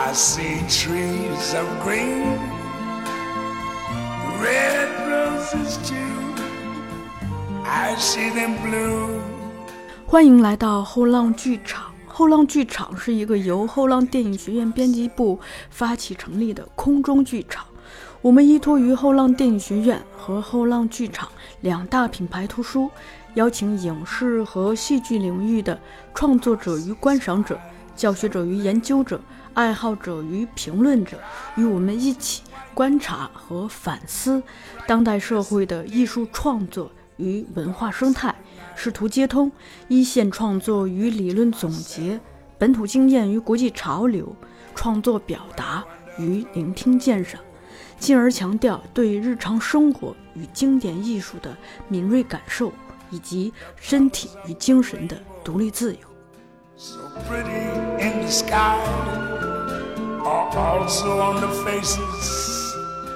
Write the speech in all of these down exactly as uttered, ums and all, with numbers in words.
I see trees of green, red roses too, I see them blue。 欢迎来到后浪剧场。后浪剧场是一个由后浪电影学院编辑部发起成立的空中剧场。我们依托于后浪电影学院和后浪剧场两大品牌图书，邀请影视和戏剧领域的创作者与观赏者、教学者与研究者、爱好者与评论者，与我们一起观察和反思当代社会的艺术创作与文化生态，试图接通一线创作与理论总结、本土经验与国际潮流、创作表达与聆听鉴赏，进而强调对日常生活与经典艺术的敏锐感受，以及身体与精神的独立自由。 So pretty in the sky, are also on the faces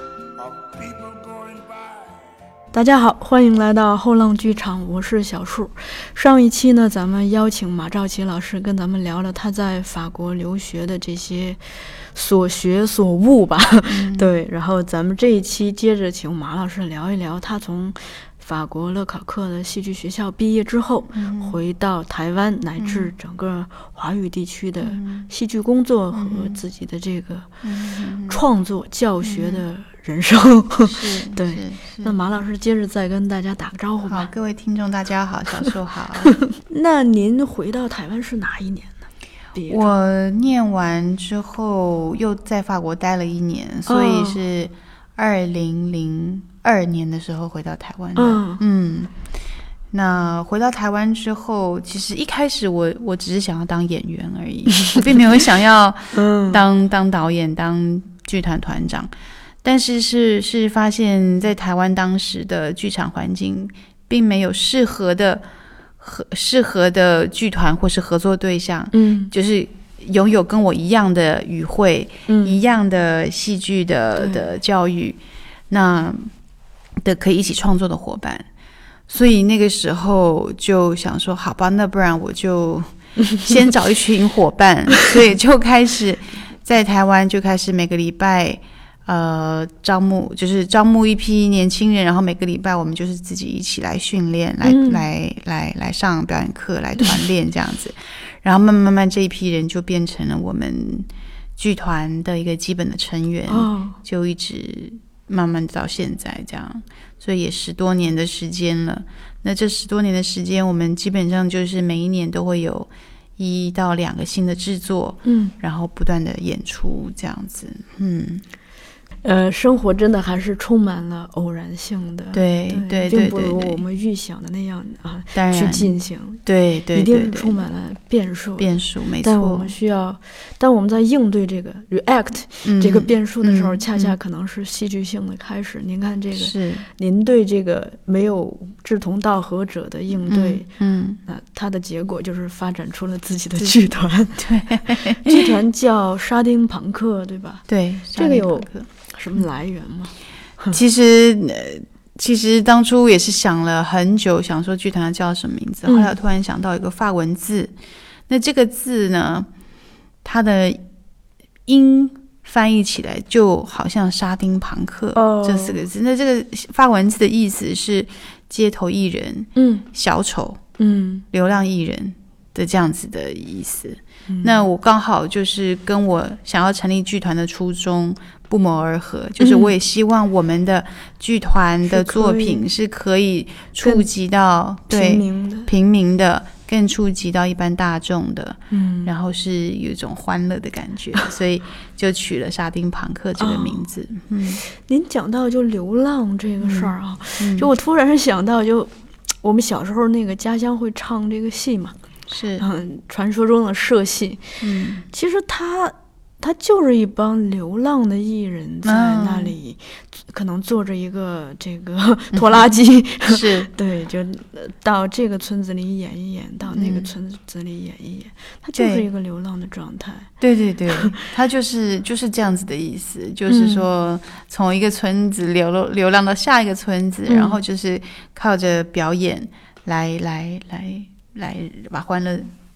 of people going by。 大家好，欢迎来到后浪剧场，我是小树。上一期呢，咱们邀请马兆琪老师跟咱们聊了他在法国留学的这些所学所悟吧、嗯、对，然后咱们这一期接着请马老师聊一聊他从法国勒考克的戏剧学校毕业之后、嗯、回到台湾乃至整个华语地区的戏剧工作和自己的这个创作教学的人生、嗯、对，那马老师接着再跟大家打个招呼吧。 好，各位听众大家好，小树好。 那您回到台湾是哪一年呢？ 我念完之后又在法国待了一年、哦、所以是二零零二年的时候回到台湾的。嗯, 嗯那回到台湾之后，其实一开始我我只是想要当演员而已，我并没有想要当当导演、当剧团团长。但是是是发现在台湾当时的剧场环境并没有适合的合适合的剧团或是合作对象，嗯，就是拥有跟我一样的语汇、嗯、一样的戏剧的的教育，那的可以一起创作的伙伴。所以那个时候就想说，好吧，那不然我就先找一群伙伴，所以就开始在台湾就开始每个礼拜。呃，招募就是招募一批年轻人，然后每个礼拜我们就是自己一起来训练，来、嗯、来来来上表演课，来团练这样子，然后慢慢慢慢这一批人就变成了我们剧团的一个基本的成员，哦、就一直慢慢到现在这样，所以也十多年的时间了。那这十多年的时间，我们基本上就是每一年都会有一到两个新的制作，嗯，然后不断的演出这样子，嗯。 呃，生活真的还是充满了偶然性的， 对对对， 并不如我们预想的那样啊去进行， 对对， 一定是充满了变数， 变数没错。 但我们需要，当我们在应对这个 react、嗯、这个变数的时候、嗯，恰恰可能是戏剧性的开始。嗯、您看这个， 是您对这个没有志同道合者的应对，嗯，那、嗯、它的结果就是发展出了自己的剧团， 对， 剧团叫沙丁庞克，对吧？ 对， 这个有什么来源吗？ 其实、呃、其实当初也是想了很久，想说剧团要叫什么名字、嗯、后来我突然想到一个法文字，那这个字呢，它的音翻译起来就好像沙丁庞克、哦、这四个字。那这个法文字的意思是街头艺人、嗯，小丑，嗯，流浪艺人的这样子的意思、嗯、那我刚好就是跟我想要成立剧团的初衷不谋而合，就是我也希望我们的剧团的作品是可以触及到对平民的，更触及到一般大众的，嗯，然后是有一种欢乐的感觉，所以就取了沙丁庞克这个名字。哦、 嗯，您讲到就流浪这个事儿啊、嗯嗯，就我突然想到，就我们小时候那个家乡会唱这个戏嘛， 是嗯，传说中的社戏，嗯，其实他。他就是一帮流浪的艺人在那里、嗯、可能坐着一个这个拖拉机、 嗯、是对，就到这个村子里演一演，到那个村子里演一演，他、嗯、就是一个流浪的状态。 对对对，他就是就是这样子的意思，就是说从一个村子流流浪到下一个村子、嗯、然后就是靠着表演来来来来把欢乐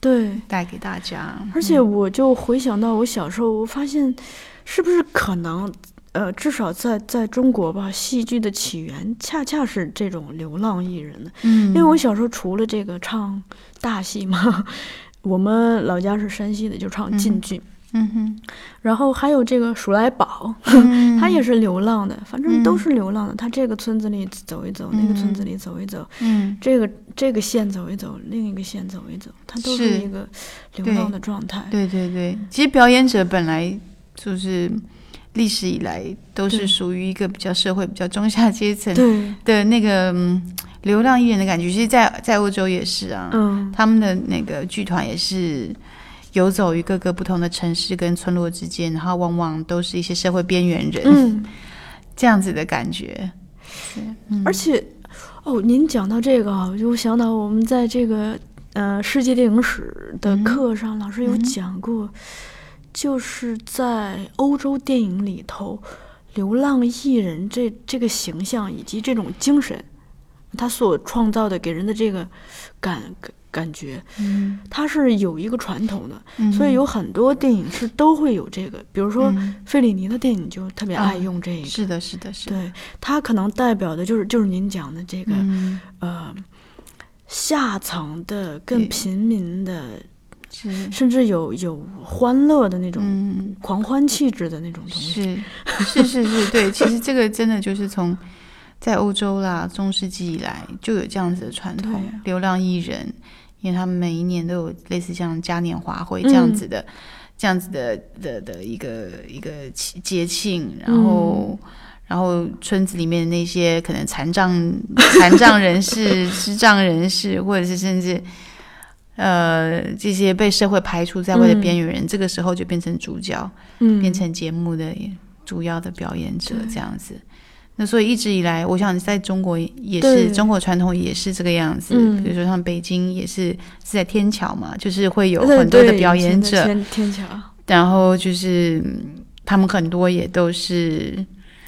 对， 带给大家。 而且我就回想到我小时候，我发现是不是可能呃，至少在在中国吧，戏剧的起源恰恰是这种流浪艺人的。 嗯， 因为我小时候除了这个唱大戏嘛，我们老家是山西的，就唱晋剧。 嗯哼， 然后还有这个鼠来宝， 嗯、 他也是流浪的，反正都是流浪的。嗯、他这个村子里走一走，嗯、那个村子里走一走， 嗯， 这个这个县走一走，另一个县走一走，他都是一个流浪的状态。 对对对，其实表演者本来就是历史以来都是属于一个比较社会比较中下阶层的那个、嗯、流浪艺人的感觉。其实在，在在欧洲也是啊，嗯，他们的那个剧团也是游走于各个不同的城市跟村落之间，然后往往都是一些社会边缘人，嗯，这样子的感觉。 嗯、而且，哦，您讲到这个啊，我就想到我们在这个呃世界电影史的课上，嗯、老师有讲过，嗯、就是在欧洲电影里头，流浪艺人这这个形象以及这种精神，他所创造的给人的这个感感觉，嗯，它是有一个传统的，嗯，所以有很多电影是都会有这个，比如说、嗯、费里尼的电影就特别爱用这个， 哦、是的，是的，是的，对，它可能代表的就是就是您讲的这个，嗯、呃，下层的更平民的，甚至有有欢乐的那种狂欢气质的那种东西， 是是是是，对，其实这个真的就是从在欧洲啦，中世纪以来就有这样子的传统，流浪艺人。因为他们每一年都有类似像嘉年华会这样子的、嗯、这样子的的的一个一个节庆，然后、嗯、然后村子里面的那些可能残障残障人士视障人士，或者是甚至呃这些被社会排除在外的边缘人、嗯、这个时候就变成主角、嗯、变成节目的主要的表演者这样子。那所以一直以来，我想在中国也是，中国传统也是这个样子。嗯、比如说像北京也是是在天桥嘛，就是会有很多的表演者， 天, 天桥， 然后就是他们很多也都是，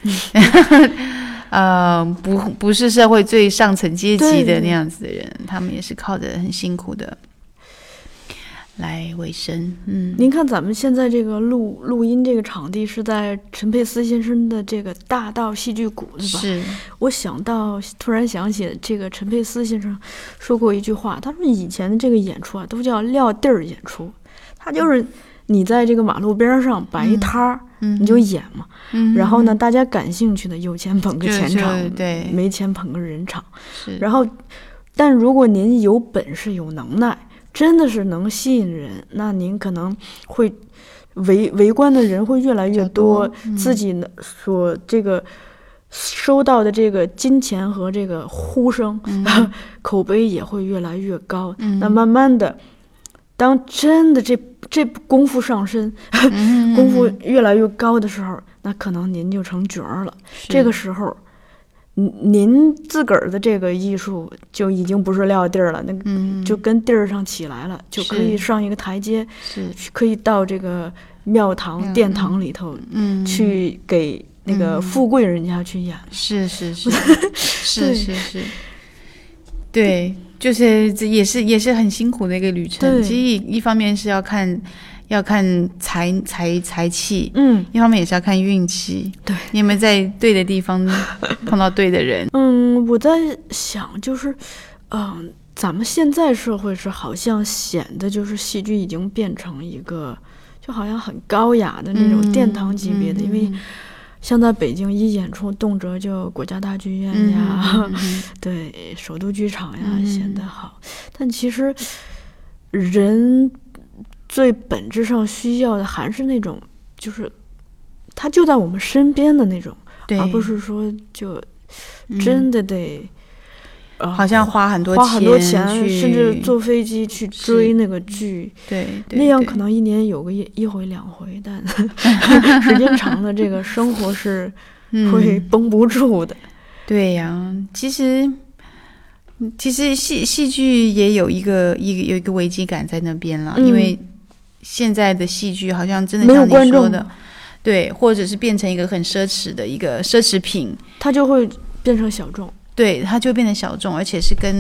呃，不不是社会最上层阶级的那样子的人，他们也是靠着很辛苦的来维生。嗯， 您看咱们现在这个录录音这个场地是在陈佩斯先生的这个大道戏剧谷，对吧？ 是。 我想到，突然想起这个陈佩斯先生说过一句话，他说以前的这个演出啊，都叫撂地儿演出，他就是你在这个马路边上摆一摊儿、嗯，你就演嘛。嗯。然后呢，大家感兴趣的有钱捧个钱场， 对， 没钱捧个人场。是。然后，但如果您有本事有能耐，真的是能吸引人，那您可能会围围观的人会越来越多，嗯、自己所这个收到的这个金钱和这个呼声、嗯、口碑也会越来越高。嗯、那慢慢的，当真的这这功夫上身，嗯、功夫越来越高的时候，那可能您就成角儿了。这个时候。您自个儿的这个艺术就已经不是撂地儿了，那个就跟地儿上起来了，嗯、就可以上一个台阶， 是可以到这个庙堂、嗯、殿堂里头，嗯，去给那个富贵人家去演。 是是是是是是，对，就是也是也是很辛苦的一个旅程。其实一方面是要看。要看才才才气，嗯，一方面也是要看运气， 对， 你有没有在对的地方碰到对的人？ 嗯，我在想，就是，嗯、呃，咱们现在社会是好像显得就是戏剧已经变成一个，就好像很高雅的那种殿堂级别的，嗯、因为像在北京一演出，动辄就国家大剧院呀，嗯嗯、对，首都剧场呀，嗯、显得好，但其实人。最本质上需要的还是那种，就是它就在我们身边的那种，而不是说就真的得， 嗯呃、好像花很多钱，花很多钱，甚至坐飞机去追那个剧， 对， 那样可能一年有个一一回两回，但时间长了，这个生活是会绷不住的。 嗯、对呀，其实。其实戏戏剧也有一个一个有一个危机感在那边啦，嗯、因为现在的戏剧好像真的像你说的，对，或者是变成一个很奢侈的一个奢侈品， 它就会变成小众， 对，它就变成小众，而且是跟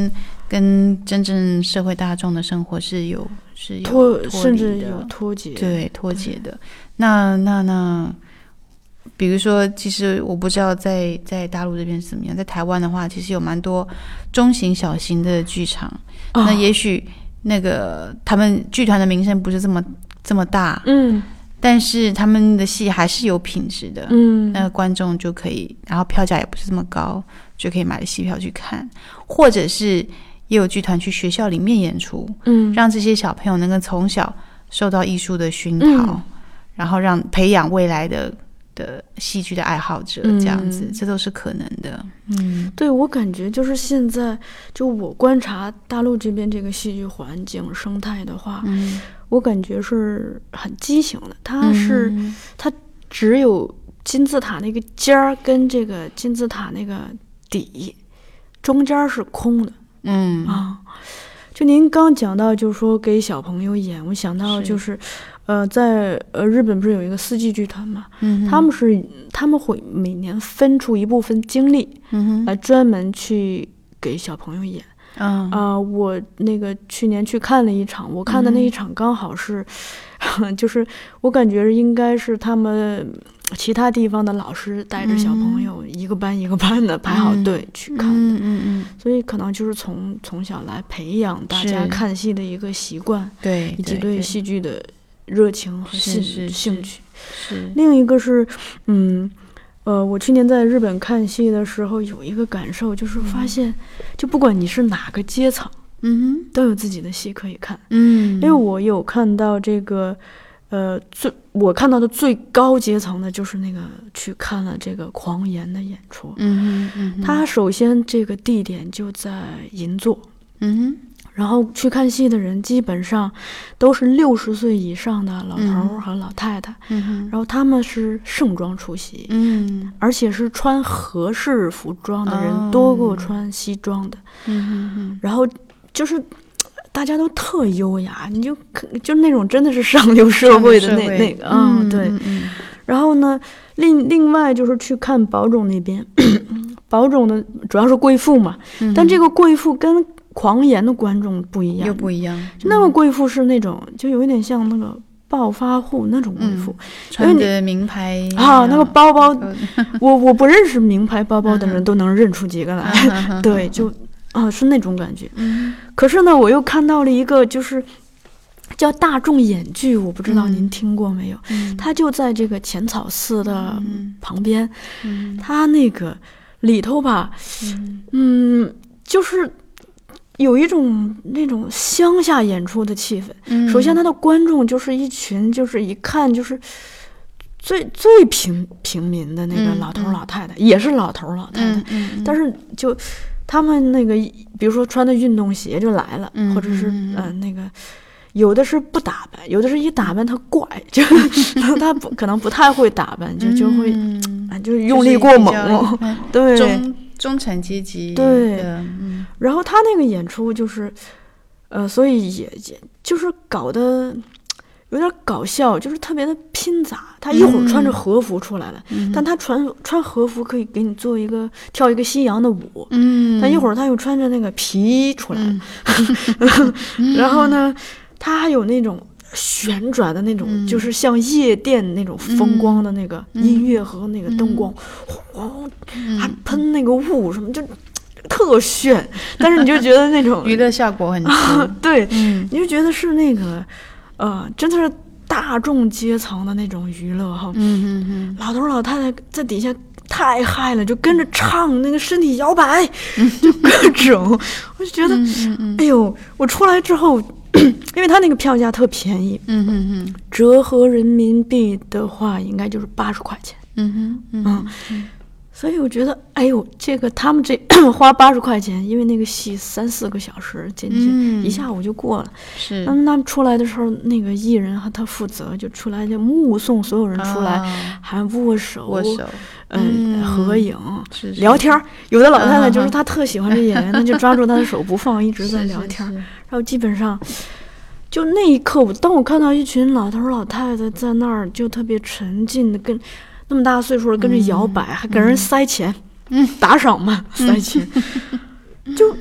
跟真正社会大众的生活是有是有脱脱甚至有脱节， 对脱节的。那那那，比如说，其实我不知道在在大陆这边是怎么样，在台湾的话，其实有蛮多中型、小型的剧场。哦、那也许那个他们剧团的名声不是这么这么大， 嗯。 但是他们的戏还是有品质的， 嗯， 那观众就可以，然后票价也不是这么高，就可以买戏票去看，或者是也有剧团去学校里面演出， 嗯， 让这些小朋友能够从小受到艺术的熏陶， 嗯、 然后让培养未来的的戏剧的爱好者，这样子，嗯、这都是可能的。嗯， 对，我感觉就是现在，就我观察大陆这边这个戏剧环境生态的话， 嗯。 我感觉是很畸形的，它是、嗯、它只有金字塔那个尖儿跟这个金字塔那个底中间是空的。 嗯啊，就您刚讲到，就是说给小朋友演，我想到就是，是呃，在呃日本不是有一个四季剧团嘛， 嗯， 他们是他们会每年分出一部分精力， 嗯， 来专门去给小朋友演。 啊、 呃，我那个去年去看了一场，我看的那一场刚好是，嗯、就是我感觉应该是他们其他地方的老师带着小朋友、嗯、一个班一个班的排好队去看的， 嗯嗯嗯， 所以可能就是从从小来培养大家看戏的一个习惯， 对， 以及对戏剧的热情和兴兴趣。 是， 另一个是，嗯。呃，我去年在日本看戏的时候，有一个感受，就是发现，就不管你是哪个阶层， 嗯， 都有自己的戏可以看， 嗯， 因为我有看到这个，呃，最我看到的最高阶层的就是那个去看了这个狂言的演出， 嗯嗯， 他首先这个地点就在银座， 嗯。 然后去看戏的人基本上都是六十岁以上的老头和老太太， 嗯、 然后他们是盛装出席， 嗯， 而且是穿合适服装的人、哦、多过穿西装的， 嗯嗯， 然后就是大家都特优雅，你就就那种真的是上流社会的那那个啊、嗯，对、 嗯。 然后呢，另另外就是去看宝冢那边，宝冢的主要是贵妇嘛， 嗯、 但这个贵妇跟狂言的观众不一样， 又不一样。 那个贵妇是那种，就有一点像那个暴发户那种贵妇， 嗯、穿着名牌啊，那个包包，我我不认识名牌包包的人都能认出几个来， 嗯、 对，就啊是那种感觉。 嗯、 可是呢，我又看到了一个，就是叫大众演剧，我不知道您听过没有？ 嗯、 它就在这个浅草寺的旁边， 嗯、 它那个里头吧， 嗯， 嗯就是有一种那种乡下演出的气氛。 嗯、 首先，他的观众就是一群，就是一看就是最最平平民的那个老头老太太， 嗯、 也是老头老太太， 嗯嗯、 但是就他们那个，比如说穿的运动鞋就来了， 嗯、 或者是嗯、呃、那个。有的是不打扮，有的是一打扮他怪，就他不可能不太会打扮，就就会、 嗯、 就是用力过猛了， 嗯、 对， 中中产阶级对、 嗯， 然后他那个演出就是，呃，所以也也就是搞得有点搞笑，就是特别的拼杂。他一会儿穿着和服出来了， 嗯、 但他穿穿和服可以给你做一个跳一个西洋的舞， 嗯， 但一会儿他又穿着那个皮衣出来了， 嗯、 然后呢。它还有那种旋转的那种、嗯、就是像夜店那种风光的那个音乐和那个灯光，咣、嗯、还喷那个雾什么，就特炫，但是你就觉得那种娱乐效果很强， 对、 嗯， 你就觉得是那个呃真的是大众阶层的那种娱乐哈， 嗯嗯嗯， 老头老太太在底下太嗨了，就跟着唱，那个身体摇摆，就各种，我就觉得， 嗯嗯、 哎呦，我出来之后。因为他那个票价特便宜， 嗯哼哼， 折合人民币的话，应该就是八十块钱， 嗯哼，嗯嗯，嗯所以我觉得，哎呦，这个他们这花八十块钱，因为那个戏三四个小时进去， 嗯、 一下午就过了。 是， 那他们出来的时候，那个艺人和他负责就出来就目送所有人出来， 啊、 还握手， 握手， 嗯，合影， 是是聊天。有的老太太就是她特喜欢这演员，那、啊、就抓住他的手不放，一直在聊天。 是是是然后基本上。就那一刻，我当我看到一群老头老太太在那儿，就特别沉浸的，跟那么大岁数了，跟着摇摆， 嗯、 还给人塞钱， 嗯， 打赏嘛，塞钱，就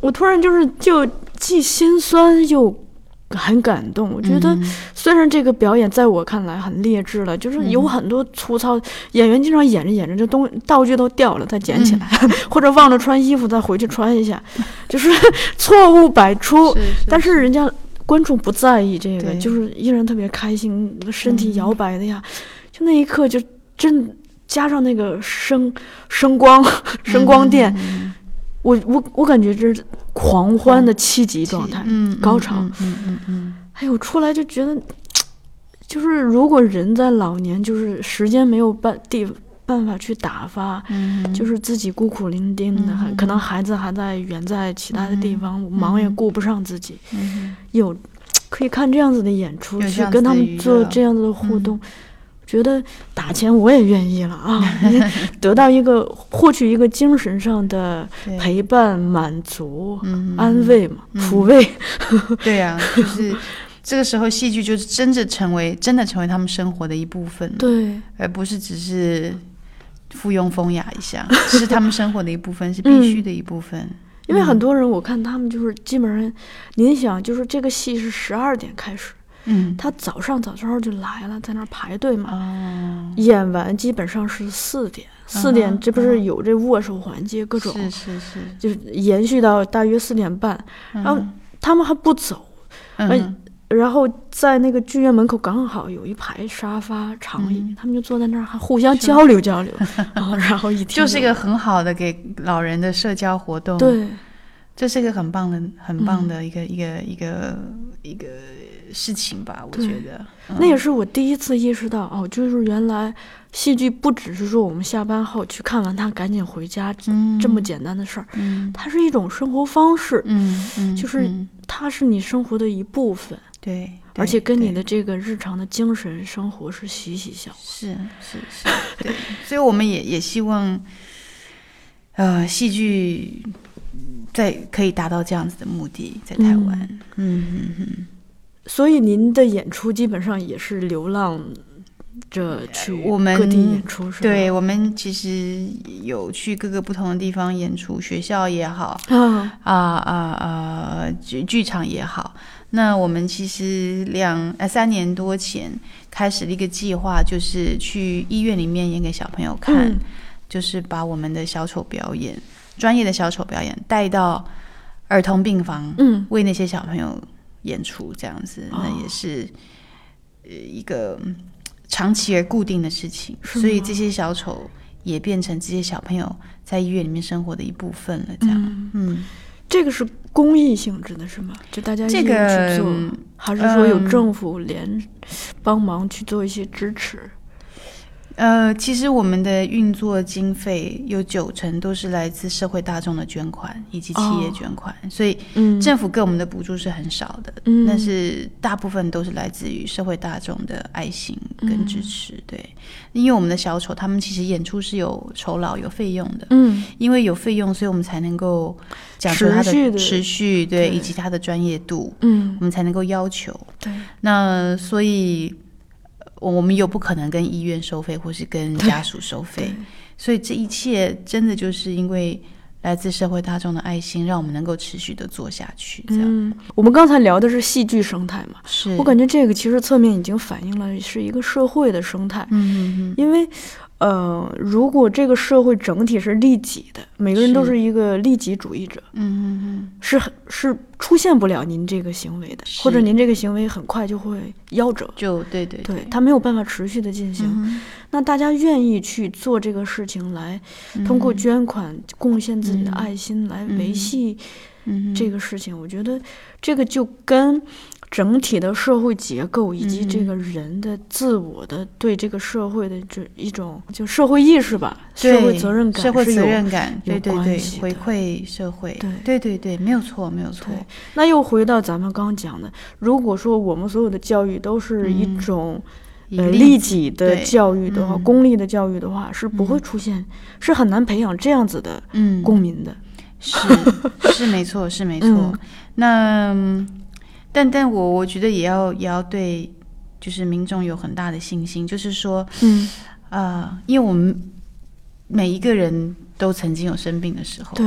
我突然就是就既心酸又很感动。我觉得虽然这个表演在我看来很劣质了，就是有很多粗糙，演员经常演着演着这东道具都掉了再捡起来，嗯、或者忘了穿衣服再回去穿一下，就是错误百出。 是是是， 但是人家观众不在意这个，就是依然特别开心，身体摇摆的呀，嗯、就那一刻就真加上那个声声光声光电。嗯我我我感觉这是狂欢的七级状态， 嗯， 高潮， 嗯嗯嗯嗯， 哎呦，出来就觉得，就是如果人在老年，就是时间没有办地办法去打发，嗯，就是自己孤苦伶仃的，嗯、可能孩子还在远在其他的地方，嗯、忙也顾不上自己，嗯，有可以看这样子的演出，去跟他们做这样子的互动。嗯，觉得打钱我也愿意了啊！得到一个获取一个精神上的陪伴、满足、嗯、安慰嘛，嗯、抚慰。 对呀、啊，就是这个时候戏剧就是真的成为真的成为他们生活的一部分， 对， 而不是只是附庸风雅一下，是他们生活的一部分，是必须的一部分。嗯、 因为很多人我看他们就是基本上，您想就是这个戏是十二点开始。 嗯， 他早上早上就来了，在那儿排队嘛。 哦， 演完基本上是四点，四点、uh-huh, 这不是有这握手环节，各种是是是， 就是延续到大约四点半。 Uh-huh, 然后他们还不走， 嗯、 uh-huh, 然后在那个剧院门口刚好有一排沙发长椅，嗯、他们就坐在那儿还互相交流交流，然后然后一听就是一个很好的给老人的社交活动。 对， 这是一个很棒的很棒的一个、嗯、一个一个一个事情吧，我觉得、 嗯、那也是我第一次意识到哦，就是原来戏剧不只是说我们下班后去看完它赶紧回家、嗯、这么简单的事儿、嗯，它是一种生活方式， 嗯嗯， 就是它是你生活的一部分， 对， 而且跟你的这个日常的精神生活是息息相关， 是是是，对，所以我们也也希望，呃，戏剧在可以达到这样子的目的，在台湾，嗯嗯嗯。 所以您的演出基本上也是流浪着去各地演出，是吧？ 对，我们其实有去各个不同的地方演出，学校也好， 啊啊啊啊，剧剧场也好。那我们其实两呃三年多前开始了一个计划，就是去医院里面演给小朋友看，嗯、就是把我们的小丑表演，专业的小丑表演带到儿童病房， 嗯， 为那些小朋友演出这样子，哦、那也是呃一个长期而固定的事情，所以这些小丑也变成这些小朋友在医院里面生活的一部分了。这样，嗯，嗯这个是公益性质的，是吗？就大家一起去做， 这个、 还是说有政府连帮忙去做一些支持？ 呃，其实我们的运作经费有九成都是来自社会大众的捐款以及企业捐款，哦、所以政府给我们的补助是很少的，嗯，但是大部分都是来自于社会大众的爱心跟支持，嗯、对，因为我们的小丑他们其实演出是有酬劳有费用的， 嗯， 因为有费用，所以我们才能够讲出他的持续，对，以及他的专业度， 嗯， 我们才能够要求， 对， 那所以。我们又不可能跟医院收费或是跟家属收费，所以这一切真的就是因为来自社会大众的爱心，让我们能够持续的做下去。这样， 嗯，我们刚才聊的是戏剧生态嘛， 是我感觉这个其实侧面已经反映了是一个社会的生态， 嗯嗯嗯， 因为呃，如果这个社会整体是利己的，每个人都是一个利己主义者， 嗯嗯嗯， 是是出现不了您这个行为的，或者您这个行为很快就会夭折， 就对对对, 对，他没有办法持续的进行。嗯、那大家愿意去做这个事情，来通过捐款、嗯、贡献自己的爱心来维系这个事情，嗯、我觉得这个就跟整体的社会结构以及这个人的自我的对这个社会的这一种就社会意识吧，社会责任感， 社会责任感，对对对，回馈社会， 对对对对，没有错没有错。 那又回到咱们刚刚讲的，如果说我们所有的教育都是一种、嗯、呃利己的教育的话，功利的教育的话，是不会出现、嗯，是很难培养这样子的公民的。嗯、 是是没错是没错。嗯、那。但但我我觉得也要也要对，就是民众有很大的信心，就是说， 嗯， 呃，因为我们每一个人都曾经有生病的时候， 对，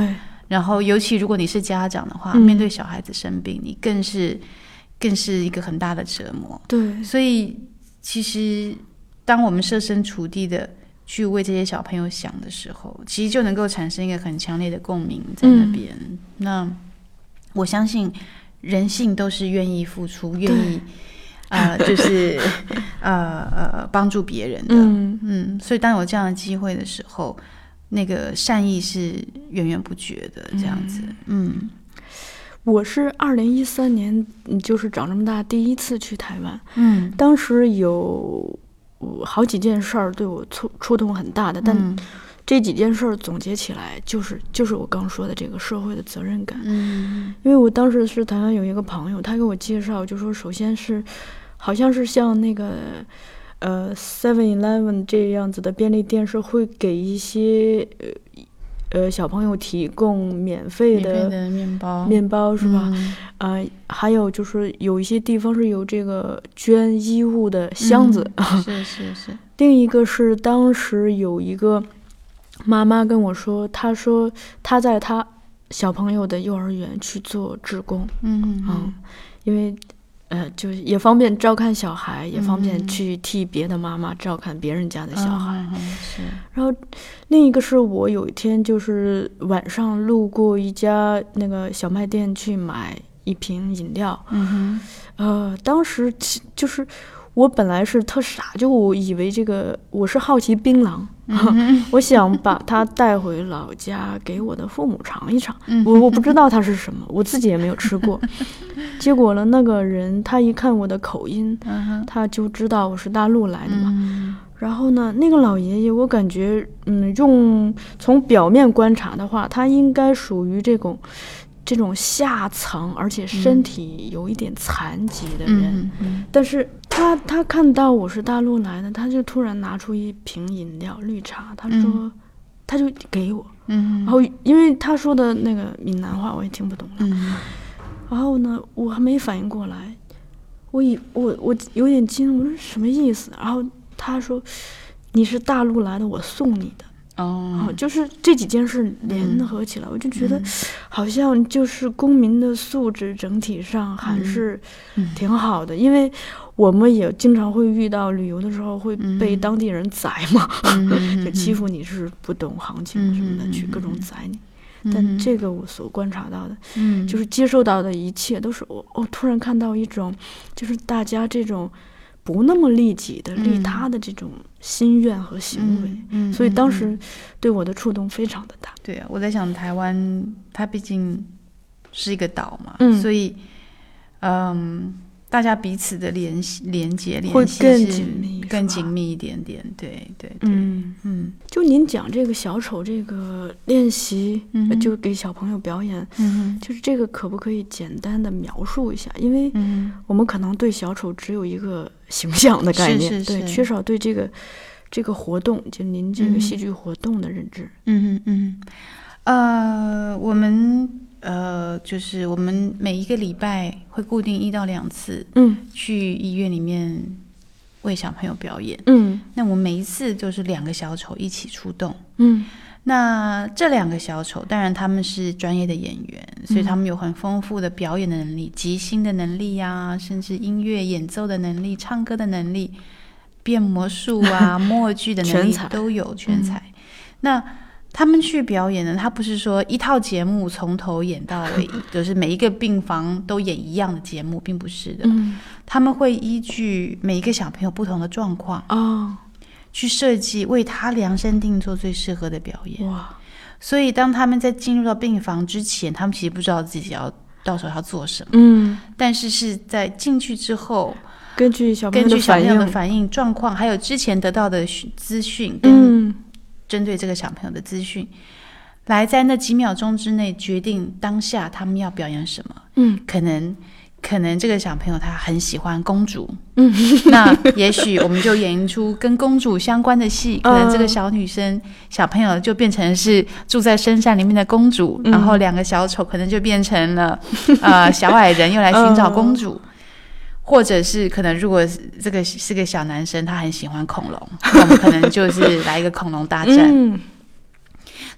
然后尤其如果你是家长的话， 嗯、 面对小孩子生病，你更是更是一个很大的折磨。 对， 所以其实当我们设身处地的去为这些小朋友想的时候，其实就能够产生一个很强烈的共鸣在那边。嗯、那我相信人性都是愿意付出，愿意呃，就是呃呃帮助别人的。嗯嗯，所以当有这样的机会的时候，那个善意是源源不绝的，这样子。嗯，嗯我是二零一三年，就是长这么大第一次去台湾。 嗯， 当时有好几件事儿对我触触动很大的，但、嗯、这几件事儿总结起来，就是就是我刚说的这个社会的责任感。 嗯， 因为我当时是台湾有一个朋友，他给我介绍，就说首先是好像是像那个呃 seven eleven 这样子的便利店是会给一些呃。呃，小朋友提供免费的, 免费的面包， 面包是吧？ 嗯、 呃，还有就是有一些地方是有这个捐衣物的箱子， 嗯、是是是。 另一个是当时有一个妈妈跟我说，她说她在她小朋友的幼儿园去做志工， 嗯 嗯, 嗯，因为。呃，就是也方便照看小孩，也方便去替别的妈妈照看别人家的小孩。 嗯、是。 然后，另一个是我有一天就是晚上路过一家那个小卖店去买一瓶饮料。 嗯哼。 呃，当时就是我本来是特傻，就我以为这个我是好奇槟榔，嗯、我想把它带回老家给我的父母尝一尝。 嗯、 我我不知道它是什么，我自己也没有吃过。结果呢，那个人他一看我的口音， 嗯、 他就知道我是大陆来的嘛。 嗯、 然后呢，那个老爷爷，我感觉，嗯，用从表面观察的话，他应该属于这种这种下层，而且身体有一点残疾的人。 嗯嗯、 但是他他看到我是大陆来的，他就突然拿出一瓶饮料，绿茶，他说，嗯、他就给我。 嗯、 然后因为他说的那个闽南话我也听不懂了。 嗯然后呢，我还没反应过来，我以我我有点惊，我说什么意思？然后他说：“你是大陆来的，我送你的。” 哦， 就是这几件事联合起来，嗯、我就觉得好像就是公民的素质整体上还是挺好的，嗯、因为我们也经常会遇到旅游的时候会被当地人宰嘛， 嗯、 就欺负你是不懂行情什么的，嗯、去各种宰你。但这个我所观察到的， 嗯， 就是接受到的一切都是我，我突然看到一种，就是大家这种不那么利己的、利他的这种心愿和行为， 嗯， 所以当时对我的触动非常的大。 对啊，我在想台湾，它毕竟是一个岛嘛， 嗯， 所以，嗯。大家彼此的联系、连接、联系会更紧密， 更紧密一点点。对对对， 嗯嗯。就您讲这个小丑这个练习， 嗯、 就给小朋友表演， 嗯、 就是这个可不可以简单的描述一下？因为我们可能对小丑只有一个形象的概念， 是是是对，缺少对这个这个活动，就您这个戏剧活动的认知。 嗯嗯嗯。呃，我们。呃，就是我们每一个礼拜会固定一到两次， 嗯， 去医院里面为小朋友表演， 嗯， 那我们每一次就是两个小丑一起出动， 嗯， 那这两个小丑当然他们是专业的演员，所以他们有很丰富的表演的能力、即兴的能力啊，甚至音乐演奏的能力、唱歌的能力、变魔术啊、默剧的能力都有，全才。嗯、那他们去表演呢，他不是说一套节目从头演到尾，就是每一个病房都演一样的节目，并不是的。 嗯、 他们会依据每一个小朋友不同的状况哦， 去设计为他量身定做最适合的表演。 哇！ 所以当他们在进入到病房之前，他们其实不知道自己要到时候要做什么。 嗯， 但是是在进去之后， 根据小朋友的反应、反应状况，还有之前得到的资讯， 嗯。 针对这个小朋友的资讯，来在那几秒钟之内决定当下他们要表演什么。 嗯， 可能可能这个小朋友他很喜欢公主， 嗯， 那也许我们就演出跟公主相关的戏。可能这个小女生、嗯、小朋友就变成是住在深山里面的公主，嗯、然后两个小丑可能就变成了呃小矮人，又来寻找公主。嗯，或者是可能，如果这个是个小男生，他很喜欢恐龙，我们可能就是来一个恐龙大战。 嗯、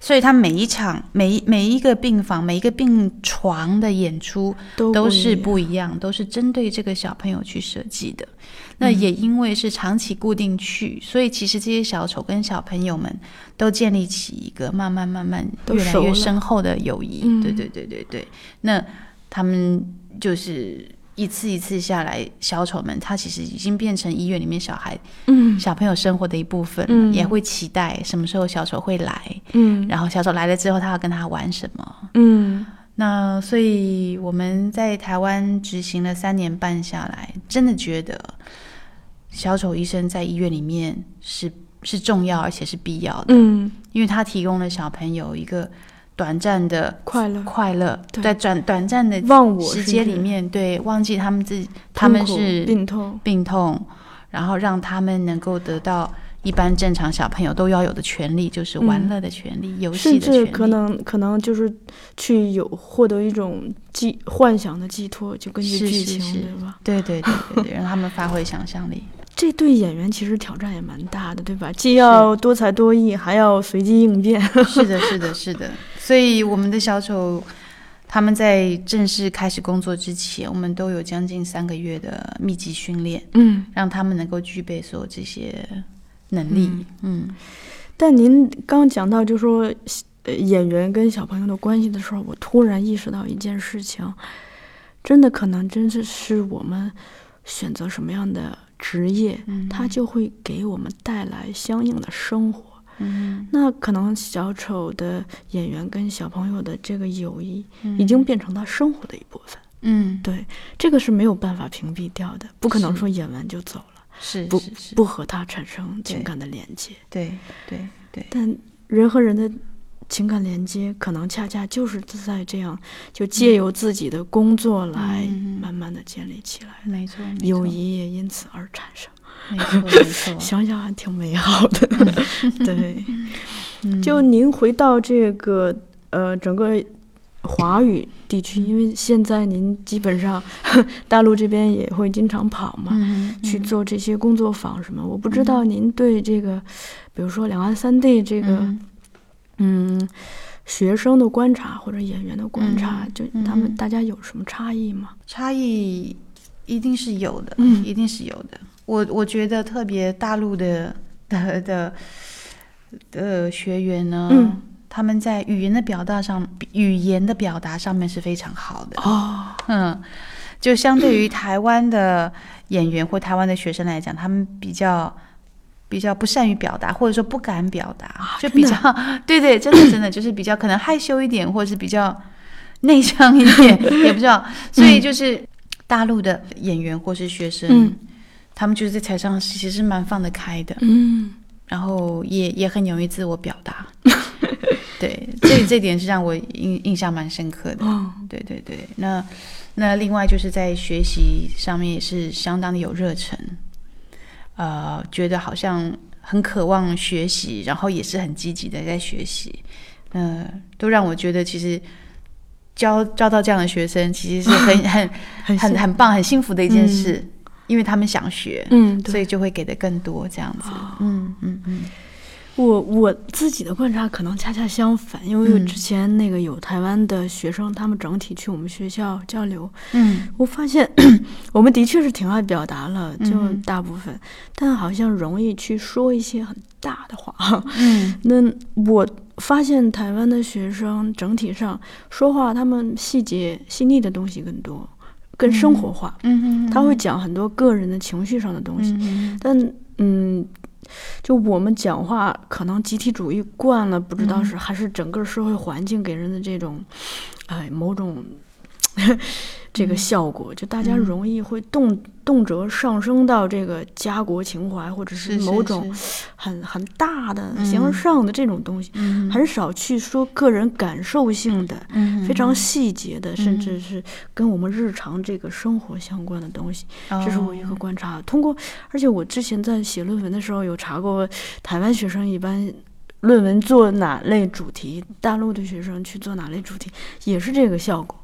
所以他每一场每每一个病房每一个病床的演出都是不一样，都是针对这个小朋友去设计的。那也因为是长期固定去、嗯、所以其实这些小丑跟小朋友们都建立起一个慢慢慢慢越来越深厚的友谊。对对对对对，那他们就是一次一次下来，小丑们他其实已经变成医院里面小孩、嗯、小朋友生活的一部分、嗯、也会期待什么时候小丑会来，嗯，然后小丑来了之后他要跟他玩什么，嗯，那所以我们在台湾执行了三年半下来，真的觉得小丑医生在医院里面是是重要而且是必要的，嗯，因为他提供了小朋友一个短暂的快乐， 快乐，在短短暂的时间里面，对，忘记他们自己他们是病痛病痛，然后让他们能够得到一般正常小朋友都要有的权利，就是玩乐的权利、嗯、游戏的权利， 甚至可能可能就是去有获得一种寄幻想的寄托，就根据剧情， 是是是， 对吧？ 对对对对对，让他们发挥想象力。 这对演员其实挑战也蛮大的，对吧？既要多才多艺，还要随机应变。 是的，是的，是的。所以我们的小丑他们在正式开始工作之前，我们都有将近三个月的密集训练，嗯，让他们能够具备所有这些能力。嗯，嗯但您刚讲到就说演员跟小朋友的关系的时候，我突然意识到一件事情，真的可能真的是我们选择什么样的职业、嗯、它就会给我们带来相应的生活。嗯，那可能小丑的演员跟小朋友的这个友谊已经变成他生活的一部分。嗯，对，这个是没有办法屏蔽掉的，不可能说演完就走了， 是不是是不和他产生情感的连接。 对对 对, 对。 但人和人的情感连接，可能恰恰就是在这样，就借由自己的工作来慢慢的建立起来。 没错， 友谊也因此而产生。 没错没错， 想想还挺美好的。对、嗯，就您回到这个呃整个华语地区，因为现在您基本上大陆这边也会经常跑嘛、嗯嗯、去做这些工作坊什么，我不知道您对这个比如说两岸三地这个 嗯, 嗯学生的观察或者演员的观察、嗯、就他们大家有什么差异吗？ 差异一定是有的、嗯、一定是有的。我我觉得特别大陆的的的的学员呢、嗯，他们在语言的表达上，语言的表达上面是非常好的哦。嗯，就相对于台湾的演员或台湾的学生来讲，他们比较比较不善于表达，或者说不敢表达，啊、就比较对对，真的真的就是比较可能害羞一点，或者是比较内向一点，也不知道。所以就是大陆的演员或是学生。嗯，他们就是在台上其实是蛮放得开的，嗯，然后也也很勇于自我表达，对，这这点是让我印印象蛮深刻的，哦、对对对。那那另外就是在学习上面也是相当的有热忱，呃，觉得好像很渴望学习，然后也是很积极的在学习，呃，都让我觉得其实教教到这样的学生，其实是很很很很很棒、很幸福的一件事。嗯，因为他们想学，嗯，所以就会给的更多这样子。哦、嗯嗯嗯。 我我自己的观察可能恰恰相反，因为我之前那个有台湾的学生，他们整体去我们学校交流，嗯，我发现我们的确是挺爱表达了，就大部分，嗯、但好像容易去说一些很大的话。嗯，那我发现台湾的学生整体上说话，他们细节细腻的东西更多。更生活化，嗯，他会讲很多个人的情绪上的东西，嗯，但嗯，就我们讲话可能集体主义惯了，不知道是、嗯、还是整个社会环境给人的这种，哎，某种这个效果，就大家容易会动动辄上升到这个家国情怀，或者是某种很很大的形而上的这种东西，嗯，很少去说个人感受性的，嗯，非常细节的，甚至是跟我们日常这个生活相关的东西，嗯，这是我一个观察。通过，而且我之前在写论文的时候有查过，台湾学生一般论文做哪类主题，大陆的学生去做哪类主题，也是这个效果。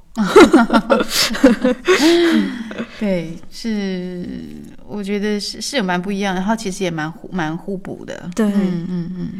对，是我觉得是是有蛮不一样，然后其实也蛮互蛮互补的。 对， 嗯嗯嗯。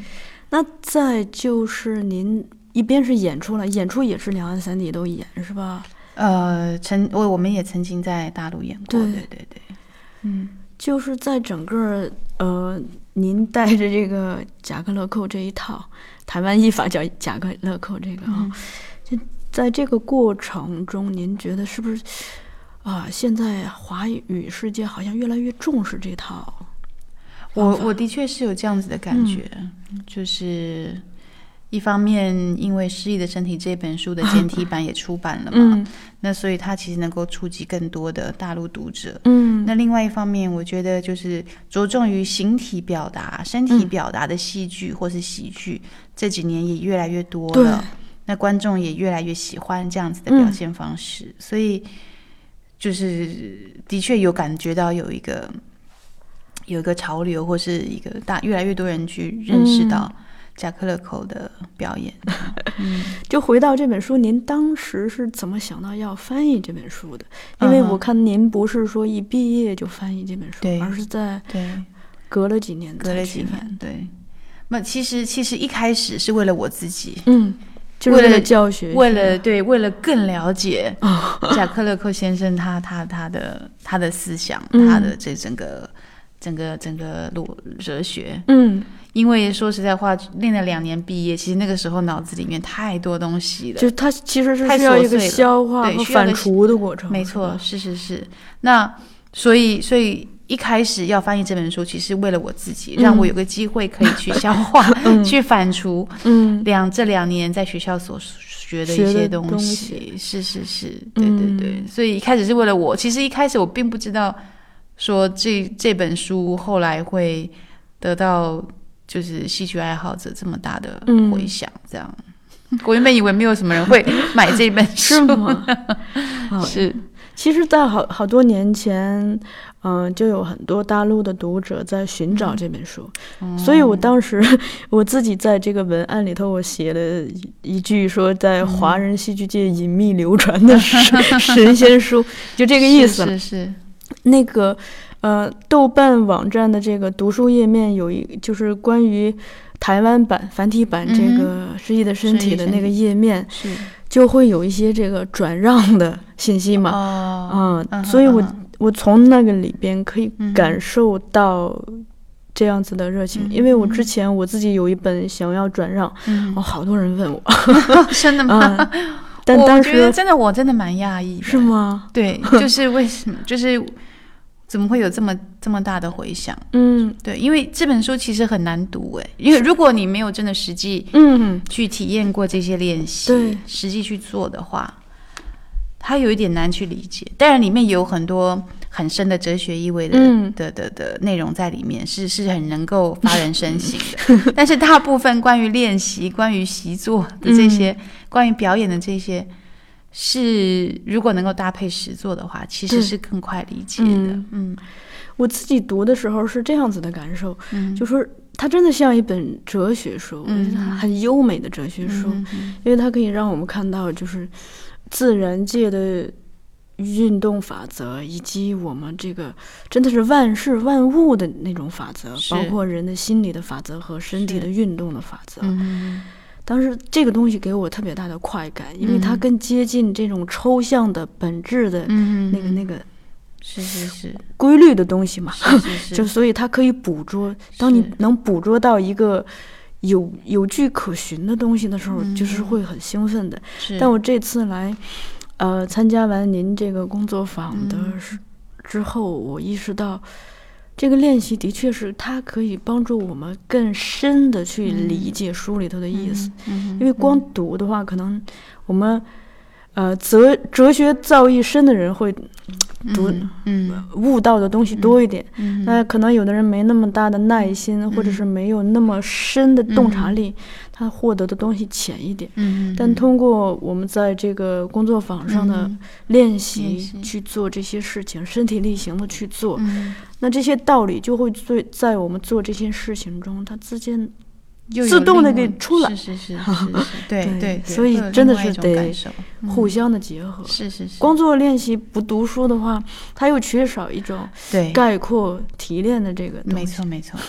那再就是您一边是演出了，演出也是两岸三地都演是吧？ 呃，曾我我们也曾经在大陆演过，对对对对， 嗯，就是在整个呃，您带着这个贾克勒寇这一套，台湾译法叫贾克勒寇这个啊，嗯、就在这个过程中，您觉得是不是啊？现在华语世界好像越来越重视这套。 我我的确是有这样子的感觉，嗯、就是一方面因为《失忆的身体》这本书的简体版也出版了嘛，嗯、那所以它其实能够触及更多的大陆读者。嗯，那另外一方面，我觉得就是着重于形体表达、身体表达的戏剧或是喜剧，嗯、这几年也越来越多了。那观众也越来越喜欢这样子的表现方式，嗯、所以就是的确有感觉到有一个。有一个潮流，或是一个大越来越多人去认识到贾克勒寇的表演。 嗯，就回到这本书，您当时是怎么想到要翻译这本书的？因为我看您不是说一毕业就翻译这本书， 对， 而是在对隔了几年隔了几年，对。那其实其实一开始是为了我自己， 嗯，就是为了教学， 为了对，为了更了解贾克勒寇先生他他他的他的思想，嗯、他的这整个。整个整个哲学，嗯，因为说实在话，练了两年毕业，其实那个时候脑子里面太多东西了， 就它其实是需要一个消化和反刍的过程。 没错，是是是。那所以所以一开始要翻译这本书，其实为了我自己，嗯、让我有个机会可以去消化、嗯、去反刍，嗯，两这两年在学校所学的一些东西，是是是，对对对。嗯、所以一开始是为了我，其实一开始我并不知道。说这这本书后来会得到就是戏剧爱好者这么大的回响，嗯、这样我原本以为没有什么人会买这本书， 是吗？ 是， 其实，在好好多年前，嗯、呃，就有很多大陆的读者在寻找这本书，嗯、所以我当时我自己在这个文案里头，我写了一句说，在华人戏剧界隐秘流传的神仙书，就这个意思了， 是是。是那个呃，豆瓣网站的这个读书页面有一就是关于台湾版繁体版这个《失忆的身体》的那个页面， 是、嗯、 就会有一些这个转让的信息嘛， 哦、 嗯，所以我、嗯、我从那个里边可以感受到这样子的热情，嗯、因为我之前我自己有一本想要转让，嗯、哦，好多人问我， 真的吗？嗯但当时我觉得真的，我真的蛮讶异的， 是吗？ 对，就是为什么，就是怎么会有这么这么大的回响？嗯，对，因为这本书其实很难读哎，因为如果你没有真的实际嗯去体验过这些练习，对，实际去做的话，它有一点难去理解。当然，里面有很多很深的哲学意味的、嗯、的的的内容在里面，是是很能够发人深省的。但是大部分关于练习、关于习作的这些。嗯关于表演的这些，是如果能够搭配实作的话，其实是更快理解的。嗯，嗯我自己读的时候是这样子的感受，嗯、就说它真的像一本哲学书，嗯、很优美的哲学书，嗯、因为它可以让我们看到就是自然界的运动法则，以及我们这个真的是万事万物的那种法则，包括人的心理的法则和身体的运动的法则。当时这个东西给我特别大的快感，因为它更接近这种抽象的本质的那个、嗯、那个是是是规律的东西嘛， 是是是就所以它可以捕捉，当你能捕捉到一个有有据可循的东西的时候，嗯、就是会很兴奋的。但我这次来呃参加完您这个工作坊的、嗯、之后，我意识到这个练习的确是它可以帮助我们更深的去理解书里头的意思，嗯嗯、因为光读的话，可能我们呃哲哲学造诣深的人会读、嗯嗯、悟到的东西多一点，嗯、那可能有的人没那么大的耐心，嗯、或者是没有那么深的洞察力，嗯、他获得的东西浅一点。嗯、但通过我们在这个工作坊上的练习，嗯、去做这些事情，身体力行的去做。嗯那这些道理就会在我们做这些事情中，它之间自动的给出来， 是是是是是，对对对， 所以真的是得互相的结合。 是是是， 光做练习不读书的话，它又缺少一种概括提炼的这个东西。 没错没错，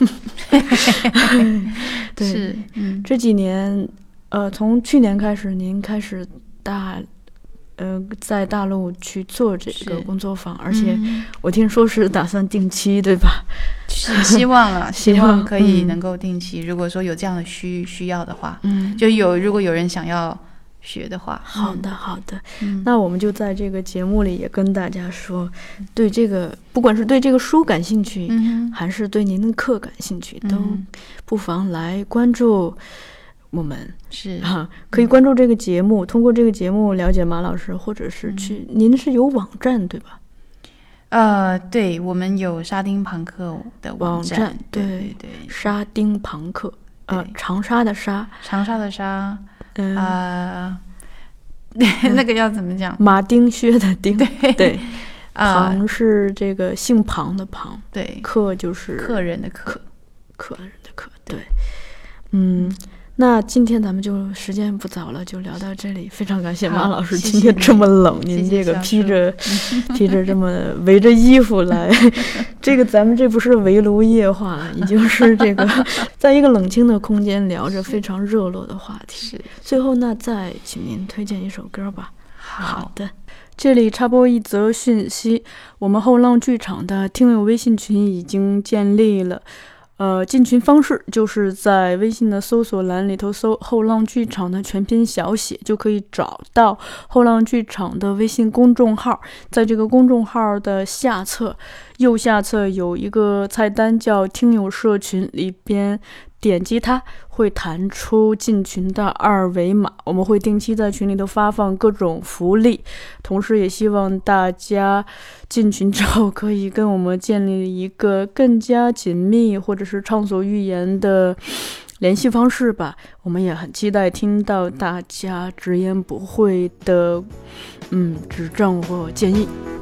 对， 是嗯， 这几年，呃，从去年开始，您开始大。呃，在大陆去做这个工作坊，而且我听说是打算定期，对吧？ 是希望了，希望可以能够定期。嗯、如果说有这样的需需要的话， 嗯， 就有如果有人想要学的话， 好的好的、嗯。那我们就在这个节目里也跟大家说，对这个不管是对这个书感兴趣， 嗯、 还是对您的课感兴趣， 嗯、 都不妨来关注。我们是啊，可以关注这个节目，嗯、通过这个节目了解马老师，或者是去，嗯、您是有网站对吧？ 呃，对，我们有沙丁庞克的网站， 网站对对对， 沙丁庞克，呃，长沙的沙， 长沙的沙， 嗯、 呃，那个要怎么讲？ 马丁靴的丁， 对对，庞是这个姓庞的庞， 对， 客就是客人的客， 客人的客，对，嗯。那今天咱们就时间不早了，就聊到这里。非常感谢马老师今天这么冷， 谢谢您这个披着披着这么围着衣服来，这个咱们这不是围炉夜话了，已经是这个在一个冷清的空间聊着非常热络的话题。最后呢，再请您推荐一首歌吧。 好的。这里插播一则讯息，我们后浪剧场的听友微信群已经建立了。呃，进群方式就是在微信的搜索栏里头搜后浪剧场的全拼小写，就可以找到后浪剧场的微信公众号。在这个公众号的下侧右下侧有一个菜单叫听友社群，里边点击它会弹出进群的二维码，我们会定期在群里头发放各种福利，同时也希望大家进群之后可以跟我们建立一个更加紧密或者是畅所欲言的联系方式吧。我们也很期待听到大家直言不讳的嗯指正或建议。